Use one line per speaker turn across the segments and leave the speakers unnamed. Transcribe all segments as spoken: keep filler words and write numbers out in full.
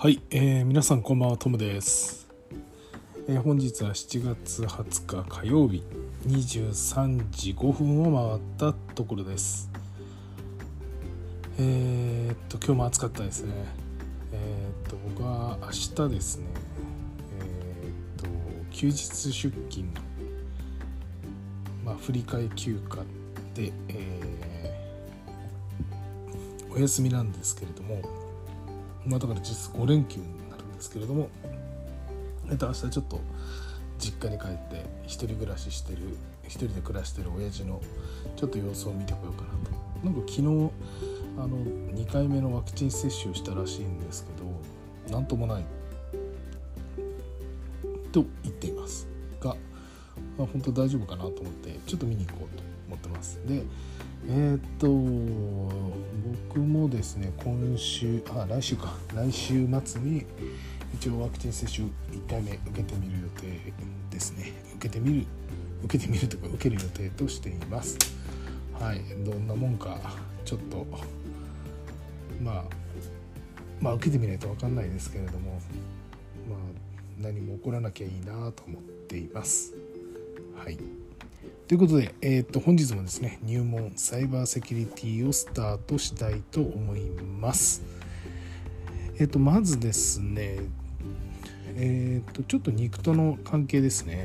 はい、えー、皆さんこんばんは、トムです。えー、本日はしちがつはつか火曜日にじゅうさんじごふんを回ったところです。えー、っと今日も暑かったですね。えー、っと僕は明日ですね、えー、っと休日出勤の、まあ、振り替え休暇で、えー、お休みなんですけれども、まあ、だから実質ごれんきゅうになるんですけれども、えっと明日ちょっと実家に帰って一人暮らししてる一人で暮らしてる親父のちょっと様子を見てこようかなと。なんか昨日あのにかいめのワクチン接種をしたらしいんですけど、なんともないと言っていますが、まあ、本当大丈夫かなと思ってちょっと見に行こうと思ってます。でえー、っと僕もですね今週あ来週か来週末に一応ワクチン接種いっかいめ受けてみる予定ですね。受けてみる受けてみるとか受ける予定としています。はい、どんなもんかちょっとまあまあ受けてみないと分かんないですけれども、まあ何も起こらなきゃいいなと思っています。はい。ということで、えー、と本日もですね入門サイバーセキュリティをスタートしたいと思います。えー、とまずですね、えー、とちょっと肉との関係ですね。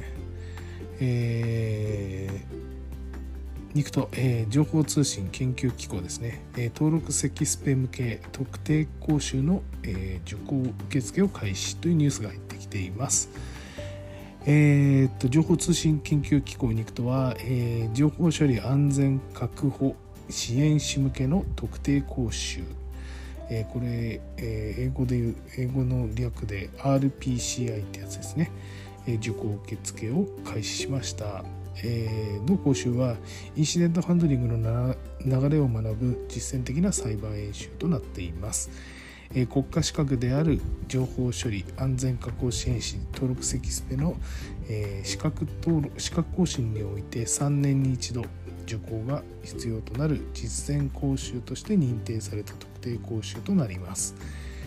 えー、肉と、えー、情報通信研究機構ですね、えー、登録積スペ向け特定講習の、えー、受講受付を開始というニュースが入ってきています。えー、と情報通信研究機構ニクトは、えー、情報処理安全確保支援士向けの特定講習、えー、これ、えー、英語で言う英語の略で アールピーシーアイ ってやつですね、えー、受講受付を開始しました。えー、の講習はインシデントハンドリングの流れを学ぶ実践的なサイバー演習となっています。国家資格である情報処理安全確保支援士登録積スペの資格登録資格更新においてさんねんに一度受講が必要となる実践講習として認定された特定講習となります。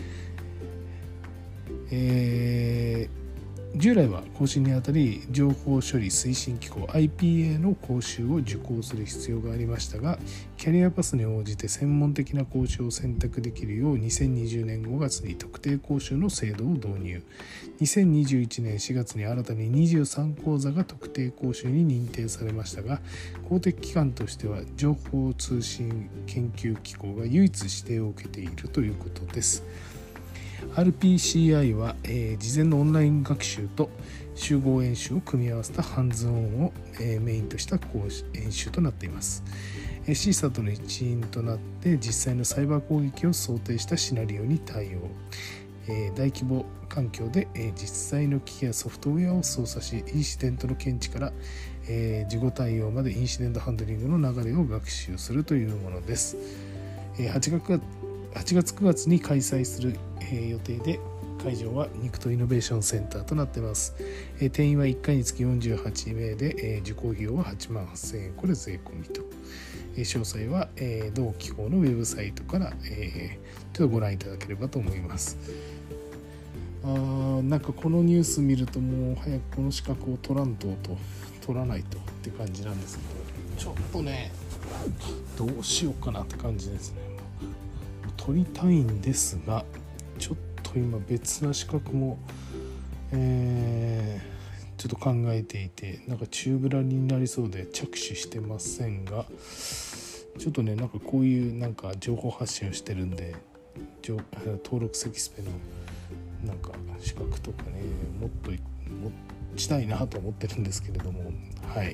えー従来は更新にあたり情報処理推進機構 アイピーエー の講習を受講する必要がありましたが、キャリアパスに応じて専門的な講習を選択できるようにせんにじゅうねんごがつに特定講習の制度を導入。にせんにじゅういちねんしがつに新たににじゅうさんこうざが特定講習に認定されましたが、公的機関としては情報通信研究機構が唯一指定を受けているということです。アールピーシーアイ は、えー、事前のオンライン学習と集合演習を組み合わせたハンズオンを、えー、メインとした講演習となっています。えー、シーサート の一員となって実際のサイバー攻撃を想定したシナリオに対応、えー、大規模環境で、えー、実際の機器やソフトウェアを操作しインシデントの検知から、えー、事後対応までインシデントハンドリングの流れを学習するというものです。えー、はちがつはちがつくがつに開催する予定で、会場はニクトイノベーションセンターとなっています。定員はいっかいにつきよんじゅうはちめいで、受講費用ははちまんはっせんえん、これ税込みと。詳細は同機構のウェブサイトからちょっとご覧いただければと思います。あなんかこのニュース見るともう早くこの資格を取らんとと取らないとって感じなんですけど、ちょっとねどうしようかなって感じですね。取りたいんですが、ちょっと今別な資格も、えー、ちょっと考えていて、なんか宙ぶらりになりそうで着手してませんが、ちょっとねなんかこういうなんか情報発信をしてるんで、登録積スペのなんか資格とかねもっと持ちたいなと思ってるんですけれども、はい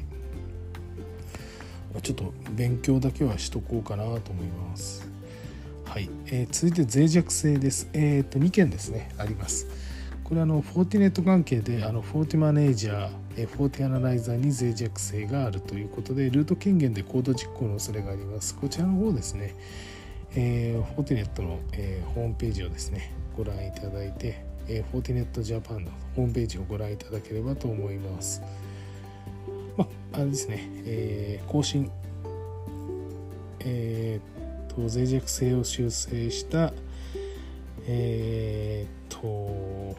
ちょっと勉強だけはしとこうかなと思います。はいえー、続いて脆弱性です。えー、とにけんですねあります。これはあのフォーティネット関係であのフォーティマネージャー、えー、フォーティアナライザーに脆弱性があるということで、ルート権限でコード実行の恐れがあります。こちらの方ですね、えー、フォーティネットの、えー、ホームページをですねご覧いただいて、えー、フォーティネットジャパンのホームページをご覧いただければと思います。まああれですね、えー、更新えー脆弱性を修正した、 えー、っと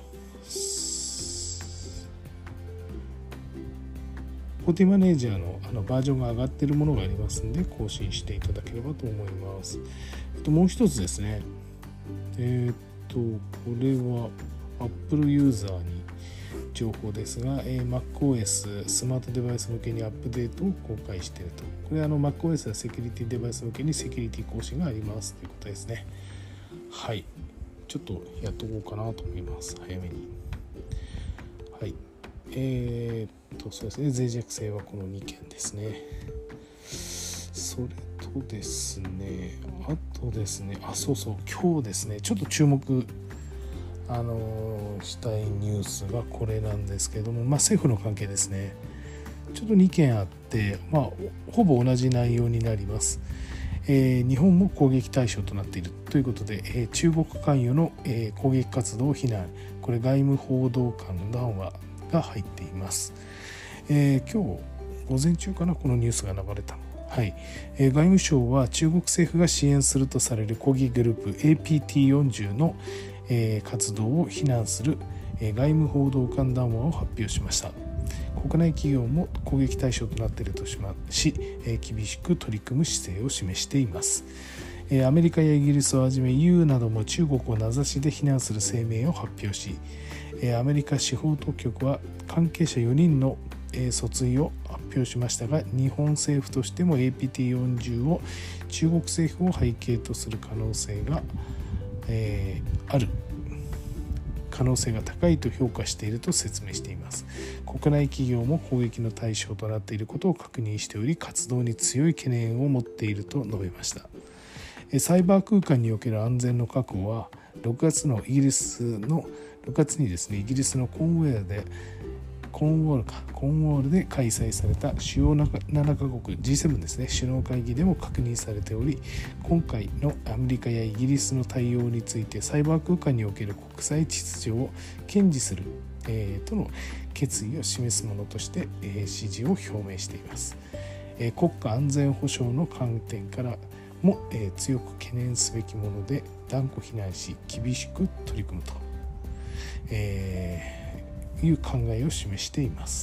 ポーティマネージャー の, あのバージョンが上がっているものがありますので更新していただければと思います。えっと、もう一つですね、えー、っとこれは Apple ユーザーに情報ですが、えー、MacOS スマートデバイス向けにアップデートを公開していると。これはあの MacOS はセキュリティデバイス向けにセキュリティ更新がありますということですね。はい、ちょっとやっとこうかなと思います、早めに。はい、えー、っとそうですね、脆弱性はこのにけんですね。それとですね、あとですね、あ、そうそう、今日ですね、ちょっと注目あのー、したいニュースがこれなんですけども、まあ、政府の関係ですね。ちょっとにけんあって、まあ、ほぼ同じ内容になります。えー、日本も攻撃対象となっているということで、えー、中国関与の、えー、攻撃活動を非難、これ外務報道官の談話が入っています。えー、今日午前中かな、このニュースが流れたの。はい、えー、外務省は中国政府が支援するとされる抗議グループ エーピーティーよんじゅう の、えー、活動を非難する、えー、外務報道官談話を発表しました。国内企業も攻撃対象となっているとし、えー、厳しく取り組む姿勢を示しています。えー、アメリカやイギリスをはじめ イーユー なども中国を名指しで非難する声明を発表し、えー、アメリカ司法当局は関係者よにんのえー、訴追を発表しましたが、日本政府としても エーピーティーよんじゅう を中国政府を背景とする可能性が、えー、ある可能性が高いと評価していると説明しています。国内企業も攻撃の対象となっていることを確認しており、活動に強い懸念を持っていると述べました。サイバー空間における安全の確保はろくがつのイギリスのろくがつにですね、イギリスのコーンウェアでコーンウォールかコーンウォールで開催された主要なななかこく ジーセブン ですね、首脳会議でも確認されており、今回のアメリカやイギリスの対応についてサイバー空間における国際秩序を堅持する、えー、との決意を示すものとして、えー、支持を表明しています。えー、国家安全保障の観点からも、えー、強く懸念すべきもので断固非難し厳しく取り組むと、えーいう考えを示しています。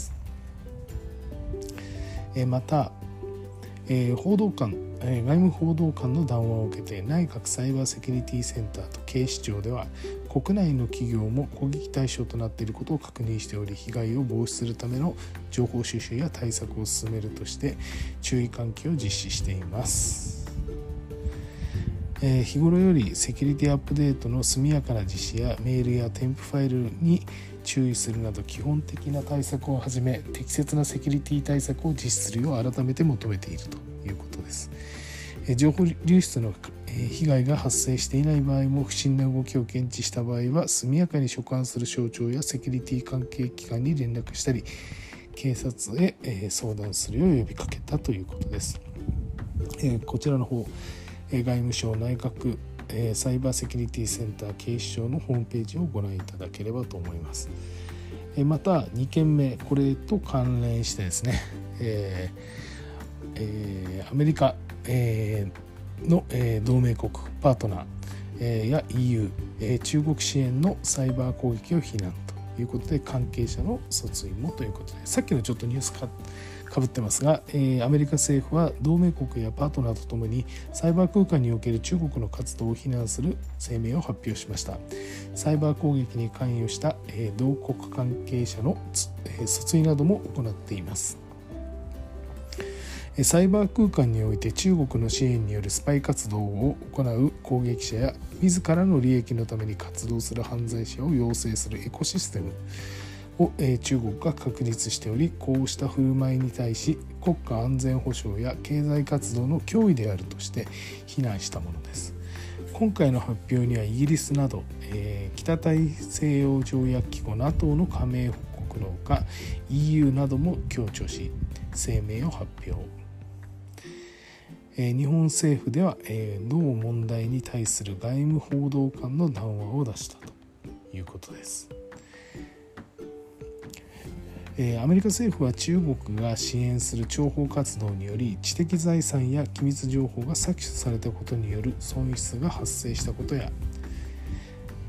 また、報道官、外務報道官の談話を受けて内閣サイバーセキュリティセンターと警視庁では国内の企業も攻撃対象となっていることを確認しており、被害を防止するための情報収集や対策を進めるとして注意喚起を実施しています。日頃よりセキュリティアップデートの速やかな実施やメールや添付ファイルに注意するなど基本的な対策をはじめ適切なセキュリティ対策を実施するよう改めて求めているということです。情報流出の被害が発生していない場合も不審な動きを検知した場合は速やかに所管する省庁やセキュリティ関係機関に連絡したり警察へ相談するよう呼びかけたということです。こちらの方、外務省内閣サイバーセキュリティセンター警視庁のホームページをご覧いただければと思います。またにけんめ、これと関連してですね、えーえー、アメリカ、えー、の、えー、同盟国パートナー、えー、や イーユー、えー、中国支援のサイバー攻撃を非難ということで関係者の訴追もということで、さっきのちょっとニュースかかぶってますが、えー、アメリカ政府は同盟国やパートナーとともにサイバー空間における中国の活動を非難する声明を発表しました。サイバー攻撃に関与した、えー、同国関係者の、えー、訴追なども行っています。サイバー空間において中国の支援によるスパイ活動を行う攻撃者や自らの利益のために活動する犯罪者を養成するエコシステムを中国が確立しており、こうした振る舞いに対し国家安全保障や経済活動の脅威であるとして非難したものです。今回の発表にはイギリスなど、えー、北大西洋条約機構 ナトー の加盟国のほか イーユー なども強調し声明を発表。えー、日本政府では、えー、同問題に対する外務報道官の談話を出したということです。アメリカ政府は中国が支援する諜報活動により知的財産や機密情報が搾取されたことによる損失が発生したことや、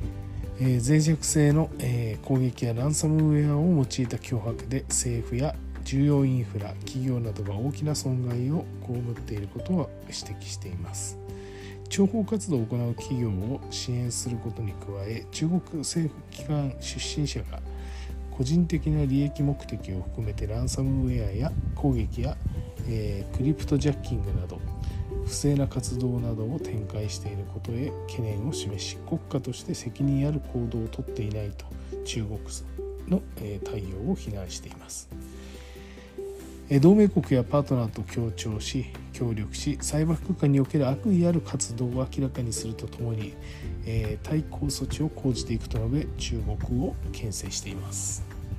えー、脆弱性の、えー、攻撃やランサムウェアを用いた脅迫で政府や重要インフラ、企業などが大きな損害を被っていることを指摘しています。諜報活動を行う企業を支援することに加え、中国政府機関出身者が個人的な利益目的を含めてランサムウェアや攻撃や、えー、クリプトジャッキングなど不正な活動などを展開していることへ懸念を示し、国家として責任ある行動をとっていないと中国の、えー、対応を非難しています。同盟国やパートナーと協調し協力し、サイバー空間における悪意ある活動を明らかにするとともに、えー、対抗措置を講じていくと述べ、中国を牽制しています。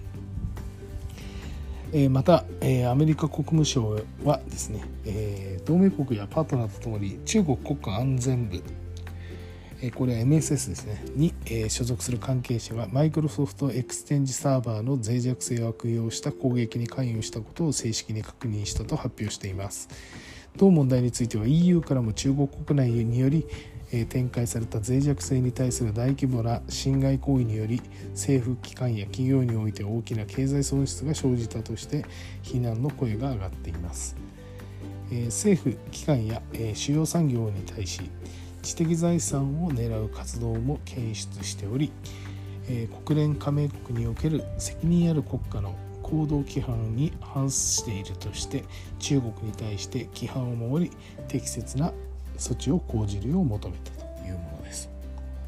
えー、また、えー、アメリカ国務省はですね、えー、同盟国やパートナーとともに中国国家安全部、これは エムエスエス ですねに所属する関係者がマイクロソフトエクスチェンジサーバーの脆弱性を悪用した攻撃に関与したことを正式に確認したと発表しています。同問題については イーユー からも中国国内により展開された脆弱性に対する大規模な侵害行為により政府機関や企業において大きな経済損失が生じたとして非難の声が上がっています。政府機関や主要産業に対し知的財産を狙う活動も検出しており、えー、国連加盟国における責任ある国家の行動規範に反しているとして中国に対して規範を守り適切な措置を講じるよう求めたというものです。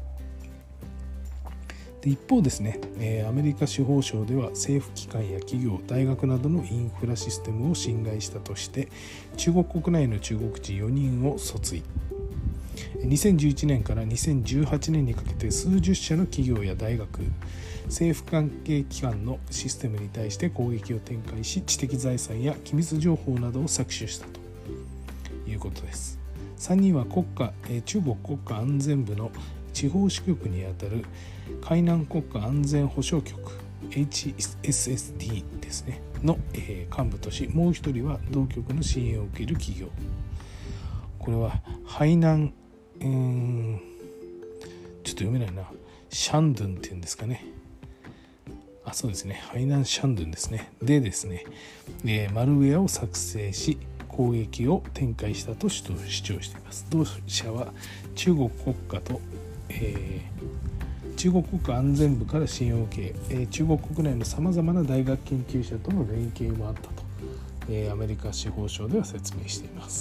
で一方ですね、えー、アメリカ司法省では政府機関や企業、大学などのインフラシステムを侵害したとして中国国内の中国人よにんを訴追。にせんじゅういちねんからにせんじゅうはちねんにかけて数十社の企業や大学、政府関係機関のシステムに対して攻撃を展開し、知的財産や機密情報などを搾取したということです。さんにんは国家、中国国家安全部の地方支局にあたる海南国家安全保障局 エイチエスエスディー ですねの幹部とし、もう一人は同局の支援を受ける企業、これは海南うーんちょっと読めないな、シャンドゥンっていうんですかね、あそうですね、海南シャンドゥンですねでですね、えー、マルウェアを作成し攻撃を展開したと主張しています。同社は中国国家と、えー、中国国家安全部から支援を受け、えー、中国国内のさまざまな大学研究者との連携もあったと、えー、アメリカ司法省では説明しています。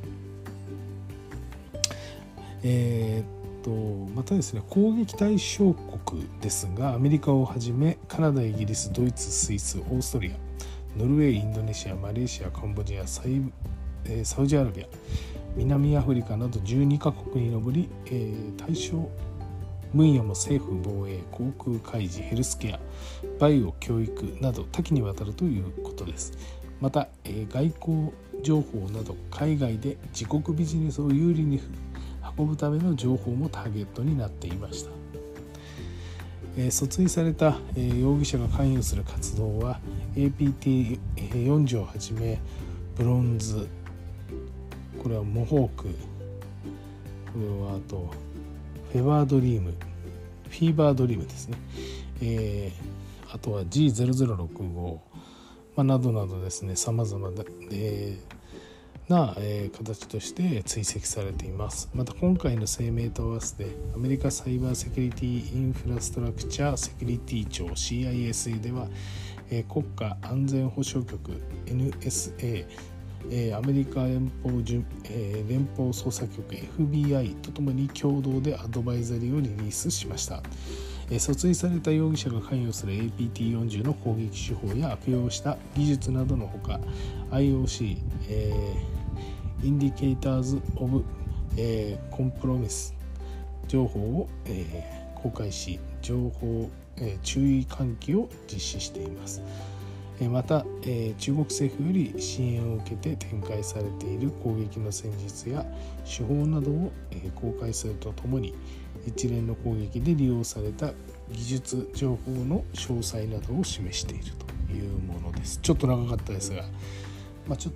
えー、っとまたですね、攻撃対象国ですが、アメリカをはじめカナダ、イギリス、ドイツ、スイス、オーストリア、ノルウェー、インドネシア、マレーシア、カンボジア、サイ、えー、サウジアラビア、南アフリカなどじゅうにカ国に上り、えー、対象分野も政府、防衛、航空、海事、ヘルスケア、バイオ、教育など多岐にわたるということです。また、えー、外交情報など海外で自国ビジネスを有利に運ぶための情報もターゲットになっていました。えー、訴追された、えー、容疑者が関与する活動は エーピーティーよんじゅう をはじめブロンズ、これはモホーク、これはあとフェバードリーム、フィーバードリームですね、えー、あとは ジーゼロゼロろくご、まあ、などなどですね、さまざまな、えーな、えー、形として追跡されています。また今回の声明と合わせてアメリカサイバーセキュリティインフラストラクチャーセキュリティ庁 シーアイエスエー では、えー、国家安全保障局 エヌエスエー、えー、アメリカ連邦、えー、連邦捜査局 エフビーアイ とともに共同でアドバイザリーをリリースしました。訴追された容疑者が関与する エーピーティーよんじゅう の攻撃手法や悪用した技術などのほか アイオーシー、えー、インディケーターズ・オブ、えー、コンプロミス情報を、えー、公開し情報、えー、注意喚起を実施しています。また、えー、中国政府より支援を受けて展開されている攻撃の戦術や手法などを、えー、公開するとともに一連の攻撃で利用された技術情報の詳細などを示しているというものです。ちょっと長かったですが、まあ、ちょっ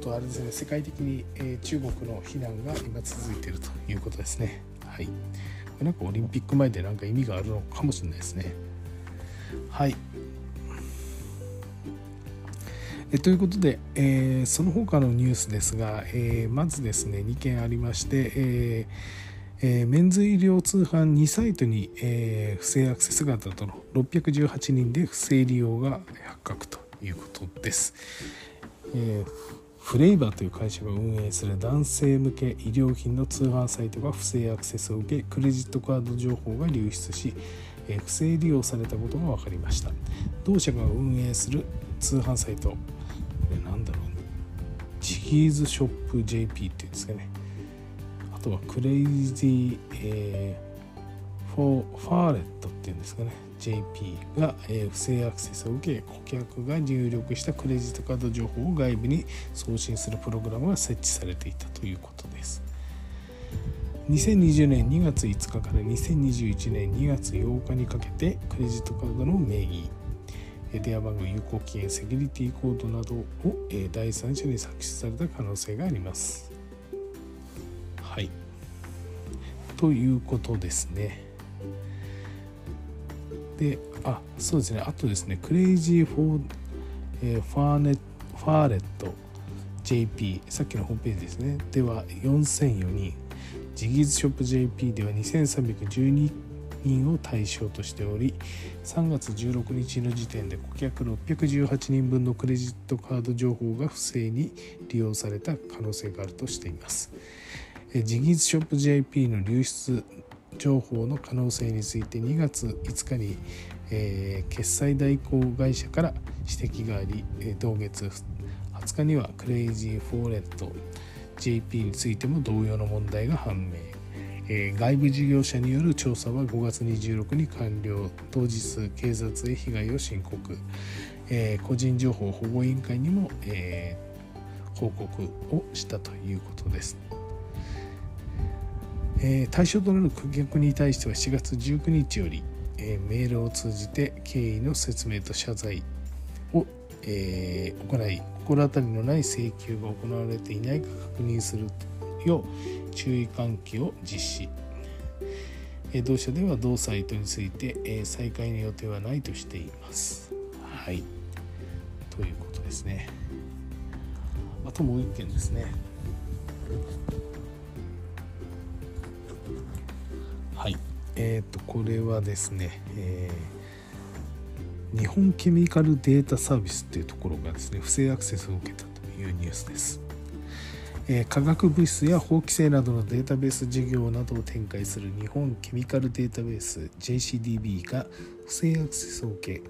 とあれですね、世界的に、えー、中国の非難が今続いているということですね。はい。これなんかオリンピック前でなんか意味があるのかもしれないですね。はい。えということで、えー、その他のニュースですが、えー、まずですねにけんありまして、えーえー、メンズ医療通販にサイトに、えー、不正アクセスがあったとのろっぴゃくじゅうはちにんで不正利用が発覚ということです。えー、フレイバーという会社が運営する男性向け医療品の通販サイトが不正アクセスを受け、クレジットカード情報が流出し、えー、不正利用されたことが分かりました。同社が運営する通販サイト、なんだろう、ジギーズショップ ジェーピー っていうんですかね。あとはクレイジー、えー、フォーファーレットっていうんですかね。ジェーピー が、えー、不正アクセスを受け、顧客が入力したクレジットカード情報を外部に送信するプログラムが設置されていたということです。にせんにじゅうねんにがついつかからにせんにじゅういちねんにがつようかにかけて、クレジットカードの名義、電話番号、有効期限、セキュリティコードなどを第三者に作出された可能性があります。はい。ということですね。で、あ、そうですね。あとですね、クレイジーフォー、えー、ファーネファーレット ジェーピー、さっきのホームページですね。ではよんせんよにん、ジギーズショップ ジェーピー ではにせんさんびゃくじゅうににんを対象としており、さんがつじゅうろくにちの時点で顧客ろっぴゃくじゅうはちにんぶんのクレジットカード情報が不正に利用された可能性があるとしています。ジギーズショップ ジェーピー の流出情報の可能性についてにがついつかに、えー、決済代行会社から指摘があり、同月はつかにはクレイジーフォーレット ジェーピー についても同様の問題が判明。えー、外部事業者による調査はごがつにじゅうろくにちに完了。当日警察へ被害を申告、えー、個人情報保護委員会にも、えー、報告をしたということです。えー、対象となる顧客に対してはしがつじゅうくにちより、えー、メールを通じて経緯の説明と謝罪を、えー、行い、心当たりのない請求が行われていないか確認するよう注意喚起を実施。同社では同サイトについて再開の予定はないとしています。はい。ということですね。あともう一件ですね。はい。えっと、これはですね、えー、日本ケミカルデータサービスというところがですね、不正アクセスを受けたというニュースです。化学物質や法規制などのデータベース事業などを展開する日本ケミカルデータベース ジェーシーディービー が不正アクセスを受け、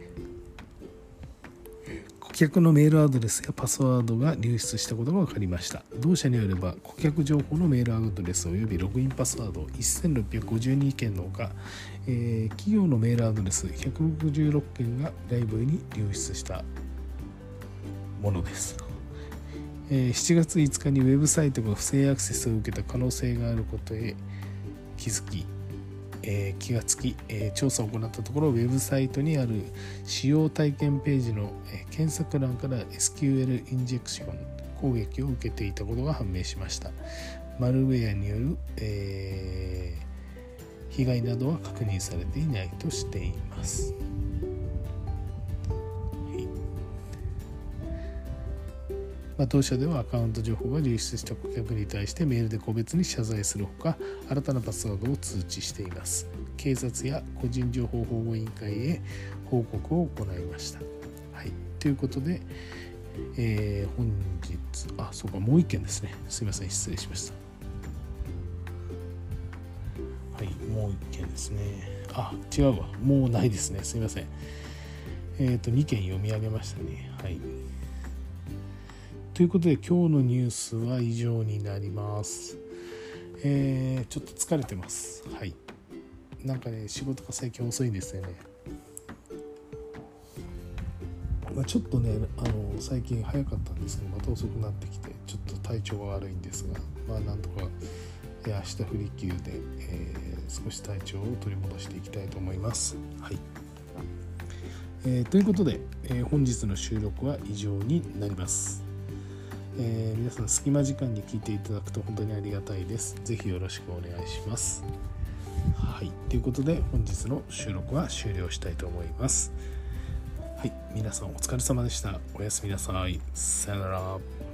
顧客のメールアドレスやパスワードが流出したことが分かりました。同社によれば顧客情報のメールアドレスおよびログインパスワードせんろっぴゃくごじゅうにけんのほか、えー、企業のメールアドレスひゃくろくじゅうろっけんが外部に流出したものです。しちがついつかにウェブサイトが不正アクセスを受けた可能性があることへ気づき、えー、気がつき、えー、調査を行ったところ、ウェブサイトにある使用体験ページの、えー、検索欄から エスキューエル インジェクション攻撃を受けていたことが判明しました。マルウェアによる、えー、被害などは確認されていないとしています。まあ、同社ではアカウント情報が流出した顧客に対してメールで個別に謝罪するほか、新たなパスワードを通知しています。警察や個人情報保護委員会へ報告を行いました。はい、ということで、えー、本日、あ、そうか、もう一件ですね。すいません、失礼しました。はい、もう一件ですね。あ、違うわ。もうないですね。すいません。えっと、にけん読み上げましたね。はい。ということで今日のニュースは以上になります。えー、ちょっと疲れてます。はい。なんかね、仕事が最近遅いんですよね。まあ、ちょっとね、あの最近早かったんですけど、また遅くなってきて、ちょっと体調が悪いんですが、まあなんとか、えー、明日振り休で、えー、少し体調を取り戻していきたいと思います。はい。えー、ということで、えー、本日の収録は以上になります。 えー、皆さん隙間時間に聞いていただくと本当にありがたいです。ぜひよろしくお願いします。はい、ということで本日の収録は終了したいと思います。はい、皆さんお疲れ様でした。おやすみなさい。さよなら。